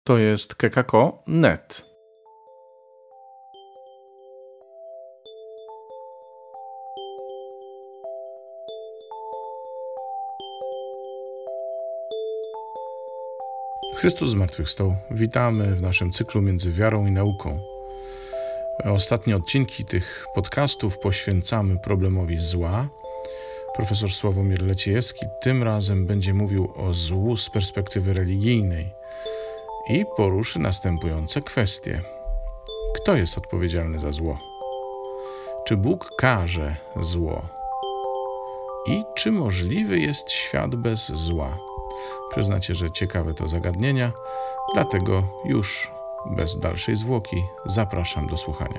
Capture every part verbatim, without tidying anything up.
To jest kekako kropka net. Chrystus zmartwychwstał. Witamy w naszym cyklu Między wiarą i nauką. Ostatnie odcinki tych podcastów poświęcamy problemowi zła. Profesor Sławomir Leciejewski tym razem będzie mówił o złu z perspektywy religijnej i poruszy następujące kwestie. Kto jest odpowiedzialny za zło? Czy Bóg karze zło? I czy możliwy jest świat bez zła? Przyznacie, że ciekawe to zagadnienia, dlatego już bez dalszej zwłoki zapraszam do słuchania.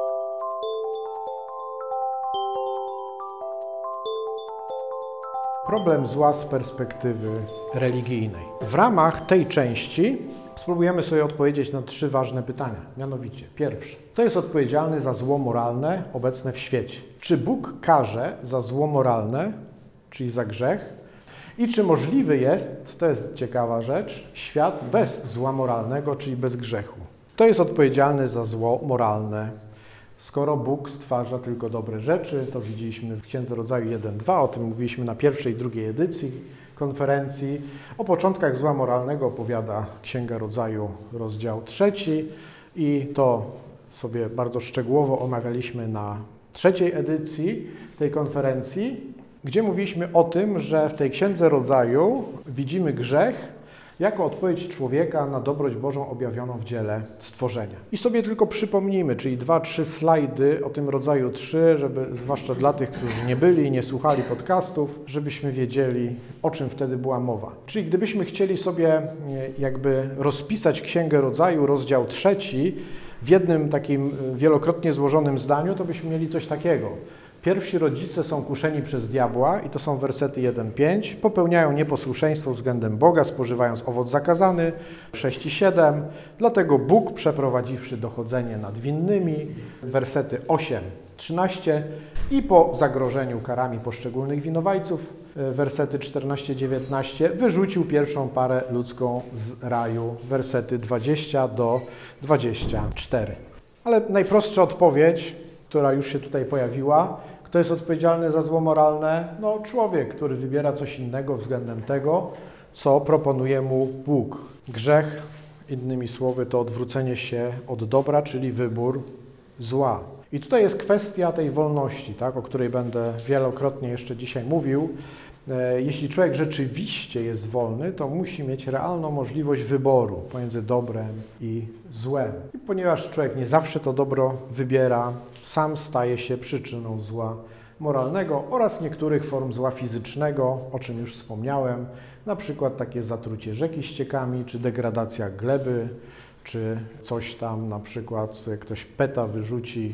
Problem zła z perspektywy religijnej. W ramach tej części spróbujemy sobie odpowiedzieć na trzy ważne pytania. Mianowicie, pierwsze, kto jest odpowiedzialny za zło moralne obecne w świecie? Czy Bóg karze za zło moralne, czyli za grzech? I czy możliwy jest, to jest ciekawa rzecz, świat bez zła moralnego, czyli bez grzechu? Kto jest odpowiedzialny za zło moralne? Skoro Bóg stwarza tylko dobre rzeczy, to widzieliśmy w Księdze Rodzaju jeden dwa, o tym mówiliśmy na pierwszej i drugiej edycji konferencji. O początkach zła moralnego opowiada Księga Rodzaju, rozdział trzeci i to sobie bardzo szczegółowo omawialiśmy na trzeciej edycji tej konferencji, gdzie mówiliśmy o tym, że w tej Księdze Rodzaju widzimy grzech jako odpowiedź człowieka na dobroć Bożą objawioną w dziele stworzenia. I sobie tylko przypomnijmy, czyli dwa, trzy slajdy o tym rodzaju trzy, żeby zwłaszcza dla tych, którzy nie byli i nie słuchali podcastów, żebyśmy wiedzieli, o czym wtedy była mowa. Czyli gdybyśmy chcieli sobie jakby rozpisać Księgę Rodzaju, rozdział trzeci, w jednym takim wielokrotnie złożonym zdaniu, to byśmy mieli coś takiego. Pierwsi rodzice są kuszeni przez diabła, i to są wersety jeden pięć, popełniają nieposłuszeństwo względem Boga, spożywając owoc zakazany, sześć i siedem, dlatego Bóg, przeprowadziwszy dochodzenie nad winnymi, wersety osiem trzynaście, i po zagrożeniu karami poszczególnych winowajców, wersety czternaście dziewiętnaście, wyrzucił pierwszą parę ludzką z raju, wersety dwadzieścia do dwudziestu czterech. Ale najprostsza odpowiedź, która już się tutaj pojawiła. Kto jest odpowiedzialny za zło moralne? No człowiek, który wybiera coś innego względem tego, co proponuje mu Bóg. Grzech, innymi słowy, to odwrócenie się od dobra, czyli wybór zła. I tutaj jest kwestia tej wolności, tak, o której będę wielokrotnie jeszcze dzisiaj mówił. Jeśli człowiek rzeczywiście jest wolny, to musi mieć realną możliwość wyboru pomiędzy dobrem i złem. I ponieważ człowiek nie zawsze to dobro wybiera, sam staje się przyczyną zła moralnego oraz niektórych form zła fizycznego, o czym już wspomniałem, na przykład takie zatrucie rzeki ściekami, czy degradacja gleby, czy coś tam, na przykład ktoś peta wyrzuci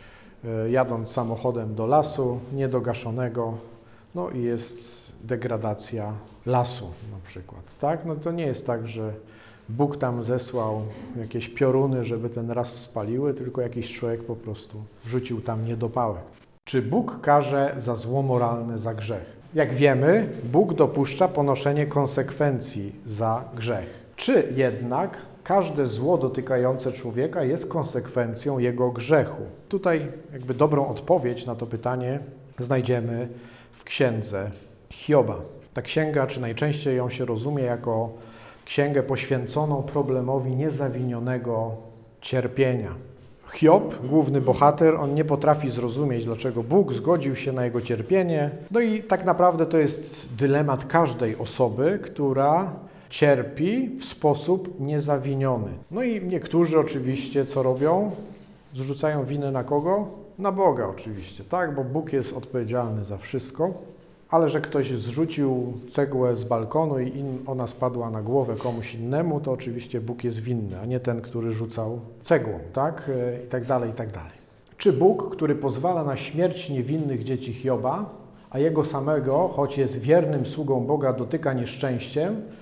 jadąc samochodem do lasu niedogaszonego, no i jest degradacja lasu na przykład, tak? No to nie jest tak, że Bóg tam zesłał jakieś pioruny, żeby ten las spaliły, tylko jakiś człowiek po prostu wrzucił tam niedopałek. Czy Bóg karze za zło moralne, za grzech? Jak wiemy, Bóg dopuszcza ponoszenie konsekwencji za grzech. Czy jednak każde zło dotykające człowieka jest konsekwencją jego grzechu? Tutaj jakby dobrą odpowiedź na to pytanie znajdziemy w księdze Hioba. Ta księga, czy najczęściej ją się rozumie jako księgę poświęconą problemowi niezawinionego cierpienia. Hiob, główny bohater, on nie potrafi zrozumieć, dlaczego Bóg zgodził się na jego cierpienie. No i tak naprawdę to jest dylemat każdej osoby, która cierpi w sposób niezawiniony. No i niektórzy oczywiście co robią? Zrzucają winę na kogo? Na Boga oczywiście, tak? Bo Bóg jest odpowiedzialny za wszystko. Ale że ktoś zrzucił cegłę z balkonu i ona spadła na głowę komuś innemu, to oczywiście Bóg jest winny, a nie ten, który rzucał cegłą, tak? I tak dalej, i tak dalej. Czy Bóg, który pozwala na śmierć niewinnych dzieci Hioba, a jego samego, choć jest wiernym sługą Boga, dotyka nieszczęściem,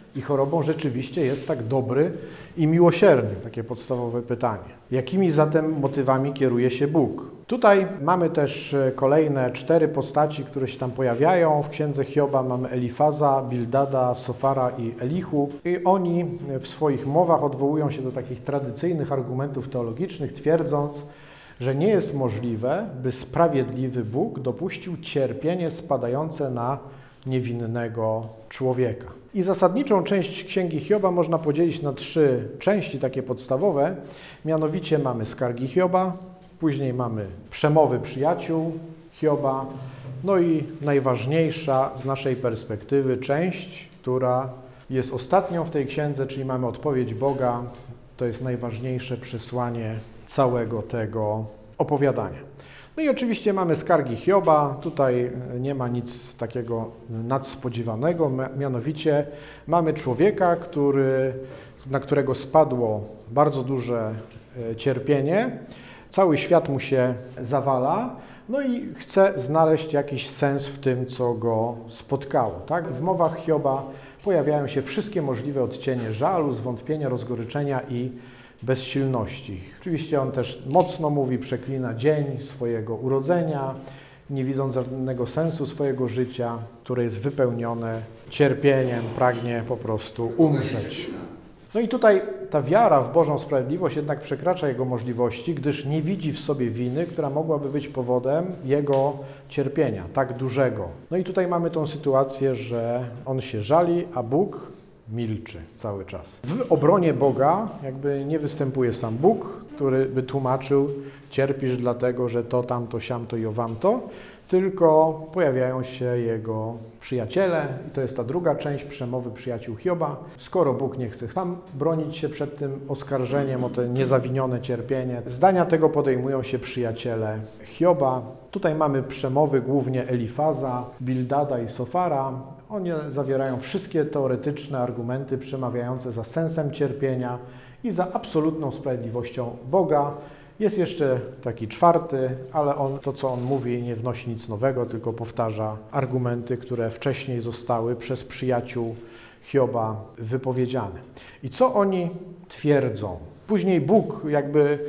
i chorobą rzeczywiście jest tak dobry i miłosierny? Takie podstawowe pytanie. Jakimi zatem motywami kieruje się Bóg? Tutaj mamy też kolejne cztery postaci, które się tam pojawiają. W księdze Hioba mamy Elifaza, Bildada, Sofara i Elihu. I oni w swoich mowach odwołują się do takich tradycyjnych argumentów teologicznych, twierdząc, że nie jest możliwe, by sprawiedliwy Bóg dopuścił cierpienie spadające na niewinnego człowieka. I zasadniczą część księgi Hioba można podzielić na trzy części takie podstawowe. Mianowicie mamy skargi Hioba, później mamy przemowy przyjaciół Hioba, no i najważniejsza z naszej perspektywy część, która jest ostatnią w tej księdze, czyli mamy odpowiedź Boga. To jest najważniejsze przesłanie całego tego opowiadania. No i oczywiście mamy skargi Hioba, tutaj nie ma nic takiego nadspodziewanego, mianowicie mamy człowieka, który, na którego spadło bardzo duże cierpienie, cały świat mu się zawala, no i chce znaleźć jakiś sens w tym, co go spotkało. Tak? W mowach Hioba pojawiają się wszystkie możliwe odcienie żalu, zwątpienia, rozgoryczenia i bezsilności. Oczywiście on też mocno mówi, przeklina dzień swojego urodzenia, nie widząc żadnego sensu swojego życia, które jest wypełnione cierpieniem, pragnie po prostu umrzeć. No i tutaj ta wiara w Bożą sprawiedliwość jednak przekracza jego możliwości, gdyż nie widzi w sobie winy, która mogłaby być powodem jego cierpienia, tak dużego. No i tutaj mamy tą sytuację, że on się żali, a Bóg milczy cały czas. W obronie Boga jakby nie występuje sam Bóg, który by tłumaczył, cierpisz dlatego, że to, tamto, siamto i owamto, tylko pojawiają się jego przyjaciele i to jest ta druga część przemowy przyjaciół Hioba. Skoro Bóg nie chce sam bronić się przed tym oskarżeniem o te niezawinione cierpienie, zdania tego podejmują się przyjaciele Hioba. Tutaj mamy przemowy głównie Elifaza, Bildada i Sofara. One zawierają wszystkie teoretyczne argumenty przemawiające za sensem cierpienia i za absolutną sprawiedliwością Boga. Jest jeszcze taki czwarty, ale on, to, co on mówi, nie wnosi nic nowego, tylko powtarza argumenty, które wcześniej zostały przez przyjaciół Hioba wypowiedziane. I co oni twierdzą? Później Bóg jakby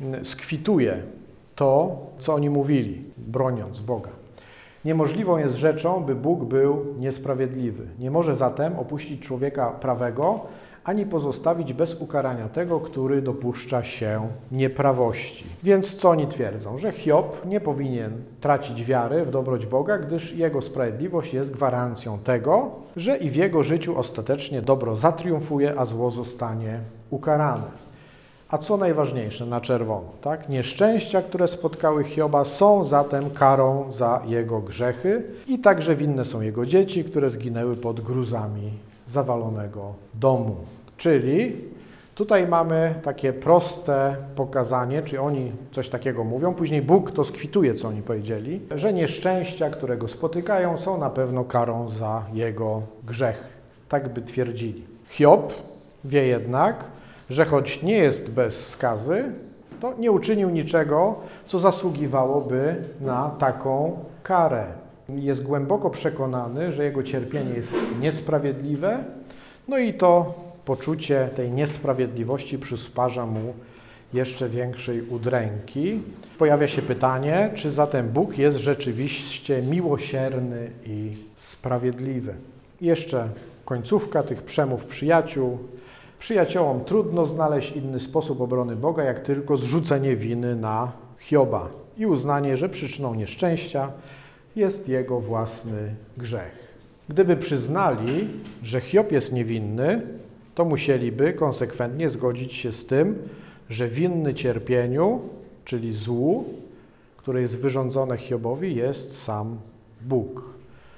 skwituje to, co oni mówili, broniąc Boga. Niemożliwą jest rzeczą, by Bóg był niesprawiedliwy. Nie może zatem opuścić człowieka prawego, ani pozostawić bez ukarania tego, który dopuszcza się nieprawości. Więc co oni twierdzą? Że Hiob nie powinien tracić wiary w dobroć Boga, gdyż jego sprawiedliwość jest gwarancją tego, że i w jego życiu ostatecznie dobro zatriumfuje, a zło zostanie ukarane. A co najważniejsze, na czerwono, tak? Nieszczęścia, które spotkały Hioba, są zatem karą za jego grzechy i także winne są jego dzieci, które zginęły pod gruzami zawalonego domu. Czyli tutaj mamy takie proste pokazanie, czy oni coś takiego mówią, później Bóg to skwituje, co oni powiedzieli, że nieszczęścia, które go spotykają, są na pewno karą za jego grzech. Tak by twierdzili. Hiob wie jednak, że choć nie jest bez skazy, to nie uczynił niczego, co zasługiwałoby na taką karę. Jest głęboko przekonany, że jego cierpienie jest niesprawiedliwe, no i to poczucie tej niesprawiedliwości przysparza mu jeszcze większej udręki. Pojawia się pytanie, czy zatem Bóg jest rzeczywiście miłosierny i sprawiedliwy. Jeszcze końcówka tych przemów przyjaciół. Przyjaciołom trudno znaleźć inny sposób obrony Boga, jak tylko zrzucenie winy na Hioba i uznanie, że przyczyną nieszczęścia jest jego własny grzech. Gdyby przyznali, że Hiob jest niewinny, to musieliby konsekwentnie zgodzić się z tym, że winny cierpieniu, czyli złu, które jest wyrządzone Hiobowi, jest sam Bóg.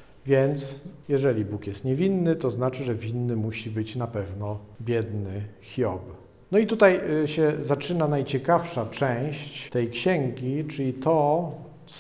Więc jeżeli Bóg jest niewinny, to znaczy, że winny musi być na pewno biedny Hiob. No i tutaj się zaczyna najciekawsza część tej księgi, czyli to,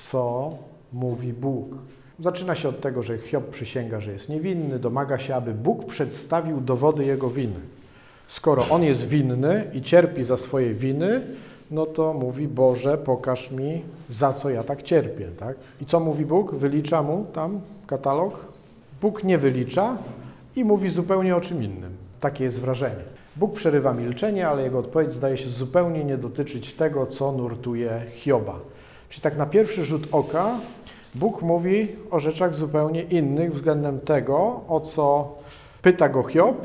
co mówi Bóg. Zaczyna się od tego, że Hiob przysięga, że jest niewinny, domaga się, aby Bóg przedstawił dowody jego winy. Skoro on jest winny i cierpi za swoje winy, no to mówi, Boże, pokaż mi, za co ja tak cierpię. Tak? I co mówi Bóg? Wylicza mu tam katalog? Bóg nie wylicza, i mówi zupełnie o czym innym. Takie jest wrażenie. Bóg przerywa milczenie, ale jego odpowiedź zdaje się zupełnie nie dotyczyć tego, co nurtuje Hioba. Czyli tak na pierwszy rzut oka Bóg mówi o rzeczach zupełnie innych względem tego, o co pyta go Hiob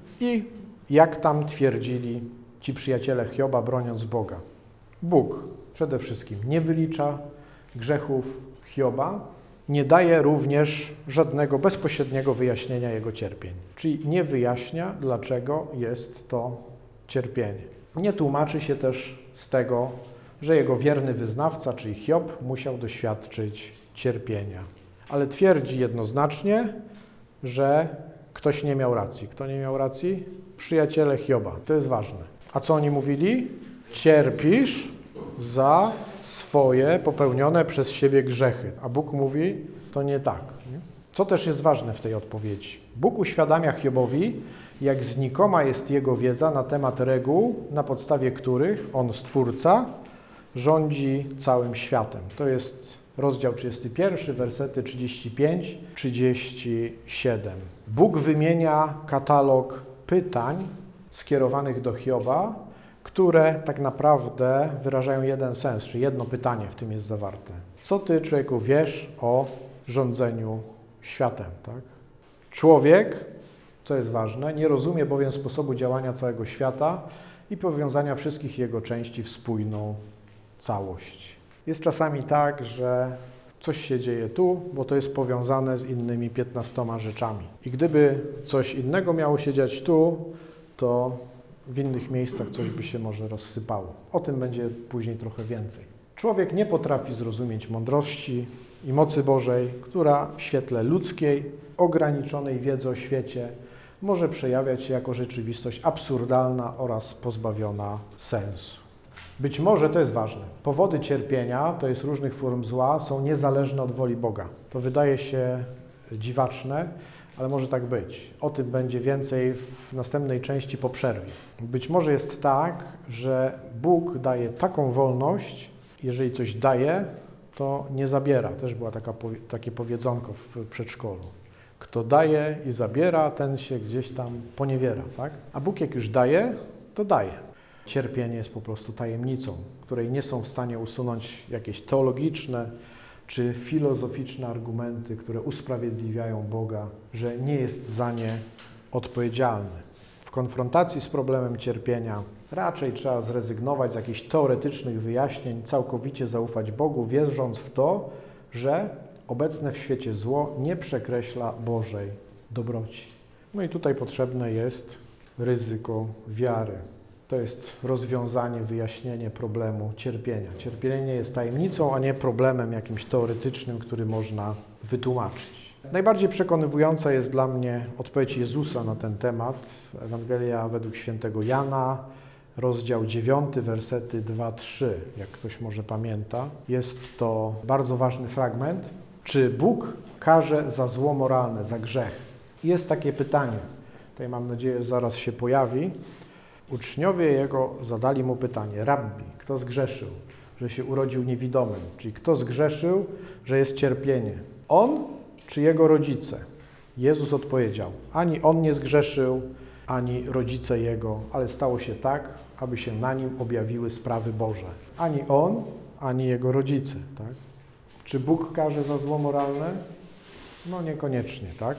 i jak tam twierdzili ci przyjaciele Hioba, broniąc Boga. Bóg przede wszystkim nie wylicza grzechów Hioba, nie daje również żadnego bezpośredniego wyjaśnienia jego cierpień. Czyli nie wyjaśnia, dlaczego jest to cierpienie. Nie tłumaczy się też z tego, że jego wierny wyznawca, czyli Hiob, musiał doświadczyć cierpienia. Ale twierdzi jednoznacznie, że ktoś nie miał racji. Kto nie miał racji? Przyjaciele Hioba. To jest ważne. A co oni mówili? Cierpisz za swoje popełnione przez siebie grzechy. A Bóg mówi, to nie tak. Co też jest ważne w tej odpowiedzi? Bóg uświadamia Hiobowi, jak znikoma jest jego wiedza na temat reguł, na podstawie których on, Stwórca, rządzi całym światem. To jest rozdział trzydziesty pierwszy, wersety trzydzieści pięć do trzydziestu siedmiu. Bóg wymienia katalog pytań skierowanych do Hioba, które tak naprawdę wyrażają jeden sens, czy jedno pytanie w tym jest zawarte. Co ty, człowieku, wiesz o rządzeniu światem? Tak? Człowiek, co jest ważne, nie rozumie bowiem sposobu działania całego świata i powiązania wszystkich jego części w spójną całość. Jest czasami tak, że coś się dzieje tu, bo to jest powiązane z innymi piętnastoma rzeczami. I gdyby coś innego miało się dziać tu, to w innych miejscach coś by się może rozsypało. O tym będzie później trochę więcej. Człowiek nie potrafi zrozumieć mądrości i mocy Bożej, która w świetle ludzkiej, ograniczonej wiedzy o świecie może przejawiać się jako rzeczywistość absurdalna oraz pozbawiona sensu. Być może, to jest ważne, powody cierpienia, to jest różnych form zła, są niezależne od woli Boga. To wydaje się dziwaczne, ale może tak być. O tym będzie więcej w następnej części po przerwie. Być może jest tak, że Bóg daje taką wolność, jeżeli coś daje, to nie zabiera. Też była taka, takie powiedzonko w przedszkolu. Kto daje i zabiera, ten się gdzieś tam poniewiera, tak? A Bóg jak już daje, to daje. Cierpienie jest po prostu tajemnicą, której nie są w stanie usunąć jakieś teologiczne czy filozoficzne argumenty, które usprawiedliwiają Boga, że nie jest za nie odpowiedzialny. W konfrontacji z problemem cierpienia raczej trzeba zrezygnować z jakichś teoretycznych wyjaśnień, całkowicie zaufać Bogu, wierząc w to, że obecne w świecie zło nie przekreśla Bożej dobroci. No i tutaj potrzebne jest ryzyko wiary. To jest rozwiązanie, wyjaśnienie problemu cierpienia. Cierpienie jest tajemnicą, a nie problemem jakimś teoretycznym, który można wytłumaczyć. Najbardziej przekonywująca jest dla mnie odpowiedź Jezusa na ten temat. Ewangelia według świętego Jana, rozdział dziewiąty, wersety dwa trzy, jak ktoś może pamięta. Jest to bardzo ważny fragment. Czy Bóg karze za zło moralne, za grzech? Jest takie pytanie. Tutaj mam nadzieję, zaraz się pojawi. Uczniowie Jego zadali Mu pytanie, Rabbi, kto zgrzeszył, że się urodził niewidomym? Czyli kto zgrzeszył, że jest cierpienie? On czy Jego rodzice? Jezus odpowiedział, ani On nie zgrzeszył, ani rodzice Jego, ale stało się tak, aby się na Nim objawiły sprawy Boże. Ani On, ani Jego rodzice. Tak? Czy Bóg karze za zło moralne? No niekoniecznie, tak?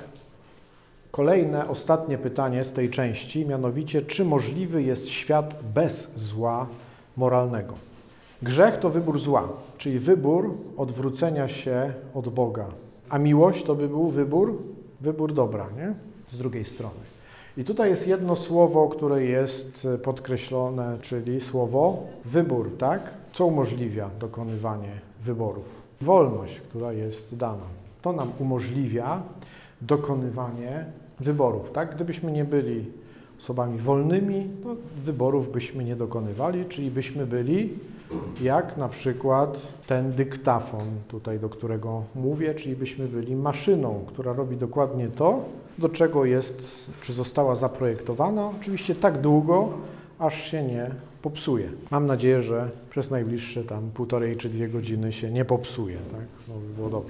Kolejne, ostatnie pytanie z tej części, mianowicie, czy możliwy jest świat bez zła moralnego? Grzech to wybór zła, czyli wybór odwrócenia się od Boga. A miłość to by był wybór, wybór dobra, nie? Z drugiej strony. I tutaj jest jedno słowo, które jest podkreślone, czyli słowo wybór, tak? Co umożliwia dokonywanie wyborów? Wolność, która jest dana. To nam umożliwia dokonywanie wyborów, tak? Gdybyśmy nie byli osobami wolnymi, to wyborów byśmy nie dokonywali, czyli byśmy byli jak na przykład ten dyktafon tutaj, do którego mówię, czyli byśmy byli maszyną, która robi dokładnie to, do czego jest, czy została zaprojektowana, oczywiście tak długo, aż się nie popsuje. Mam nadzieję, że przez najbliższe tam półtorej czy dwie godziny się nie popsuje, tak? No by było dobrze.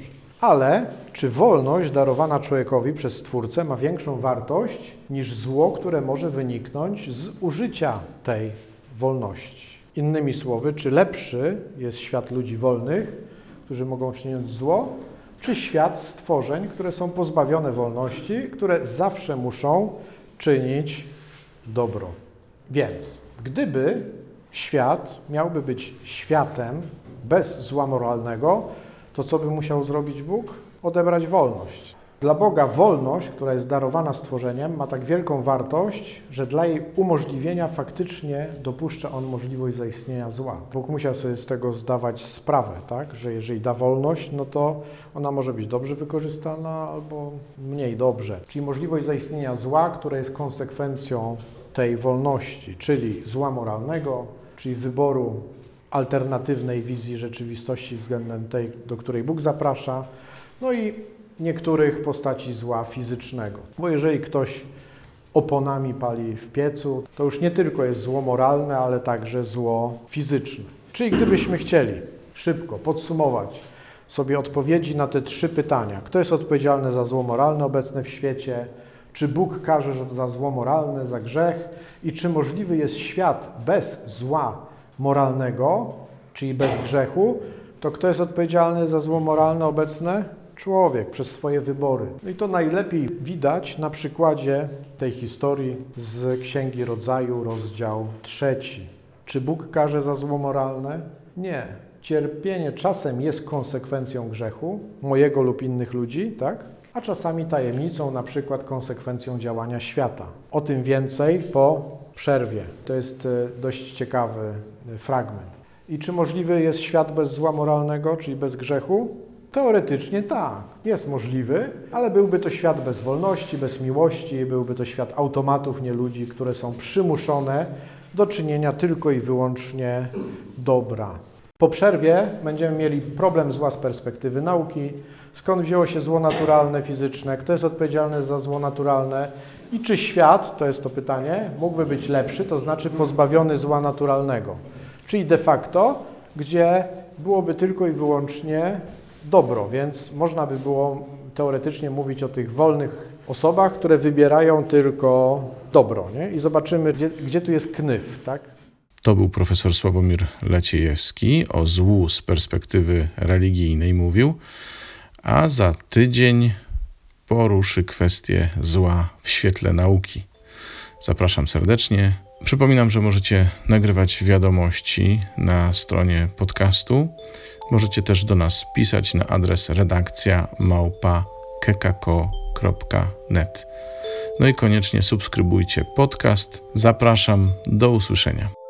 Ale czy wolność darowana człowiekowi przez Stwórcę ma większą wartość niż zło, które może wyniknąć z użycia tej wolności? Innymi słowy, czy lepszy jest świat ludzi wolnych, którzy mogą czynić zło, czy świat stworzeń, które są pozbawione wolności, które zawsze muszą czynić dobro? Więc gdyby świat miałby być światem bez zła moralnego, to co by musiał zrobić Bóg? Odebrać wolność. Dla Boga wolność, która jest darowana stworzeniem, ma tak wielką wartość, że dla jej umożliwienia faktycznie dopuszcza On możliwość zaistnienia zła. Bóg musiał sobie z tego zdawać sprawę, tak? Że jeżeli da wolność, no to ona może być dobrze wykorzystana albo mniej dobrze. Czyli możliwość zaistnienia zła, które jest konsekwencją tej wolności, czyli zła moralnego, czyli wyboru alternatywnej wizji rzeczywistości względem tej, do której Bóg zaprasza, no i niektórych postaci zła fizycznego. Bo jeżeli ktoś oponami pali w piecu, to już nie tylko jest zło moralne, ale także zło fizyczne. Czyli gdybyśmy chcieli szybko podsumować sobie odpowiedzi na te trzy pytania. Kto jest odpowiedzialny za zło moralne obecne w świecie? Czy Bóg karze za zło moralne, za grzech? I czy możliwy jest świat bez zła moralnego, czyli bez grzechu? To kto jest odpowiedzialny za zło moralne obecne? Człowiek przez swoje wybory. No i to najlepiej widać na przykładzie tej historii z Księgi Rodzaju, rozdział trzeci. Czy Bóg karze za zło moralne? Nie. Cierpienie czasem jest konsekwencją grzechu, mojego lub innych ludzi, tak? A czasami tajemnicą, na przykład konsekwencją działania świata. O tym więcej po przerwie. To jest dość ciekawy fragment. I czy możliwy jest świat bez zła moralnego, czyli bez grzechu? Teoretycznie tak, jest możliwy, ale byłby to świat bez wolności, bez miłości, byłby to świat automatów, nie ludzi, które są przymuszone do czynienia tylko i wyłącznie dobra. Po przerwie będziemy mieli problem zła z perspektywy nauki, skąd wzięło się zło naturalne, fizyczne, kto jest odpowiedzialny za zło naturalne i czy świat, to jest to pytanie, mógłby być lepszy, to znaczy pozbawiony zła naturalnego, czyli de facto, gdzie byłoby tylko i wyłącznie dobro, więc można by było teoretycznie mówić o tych wolnych osobach, które wybierają tylko dobro, nie? I zobaczymy, gdzie, gdzie tu jest knyf, tak? To był profesor Sławomir Leciejewski, o złu z perspektywy religijnej mówił, a za tydzień poruszy kwestię zła w świetle nauki. Zapraszam serdecznie. Przypominam, że możecie nagrywać wiadomości na stronie podcastu. Możecie też do nas pisać na adres redakcja małpa kekako kropka net. No i koniecznie subskrybujcie podcast. Zapraszam, do usłyszenia.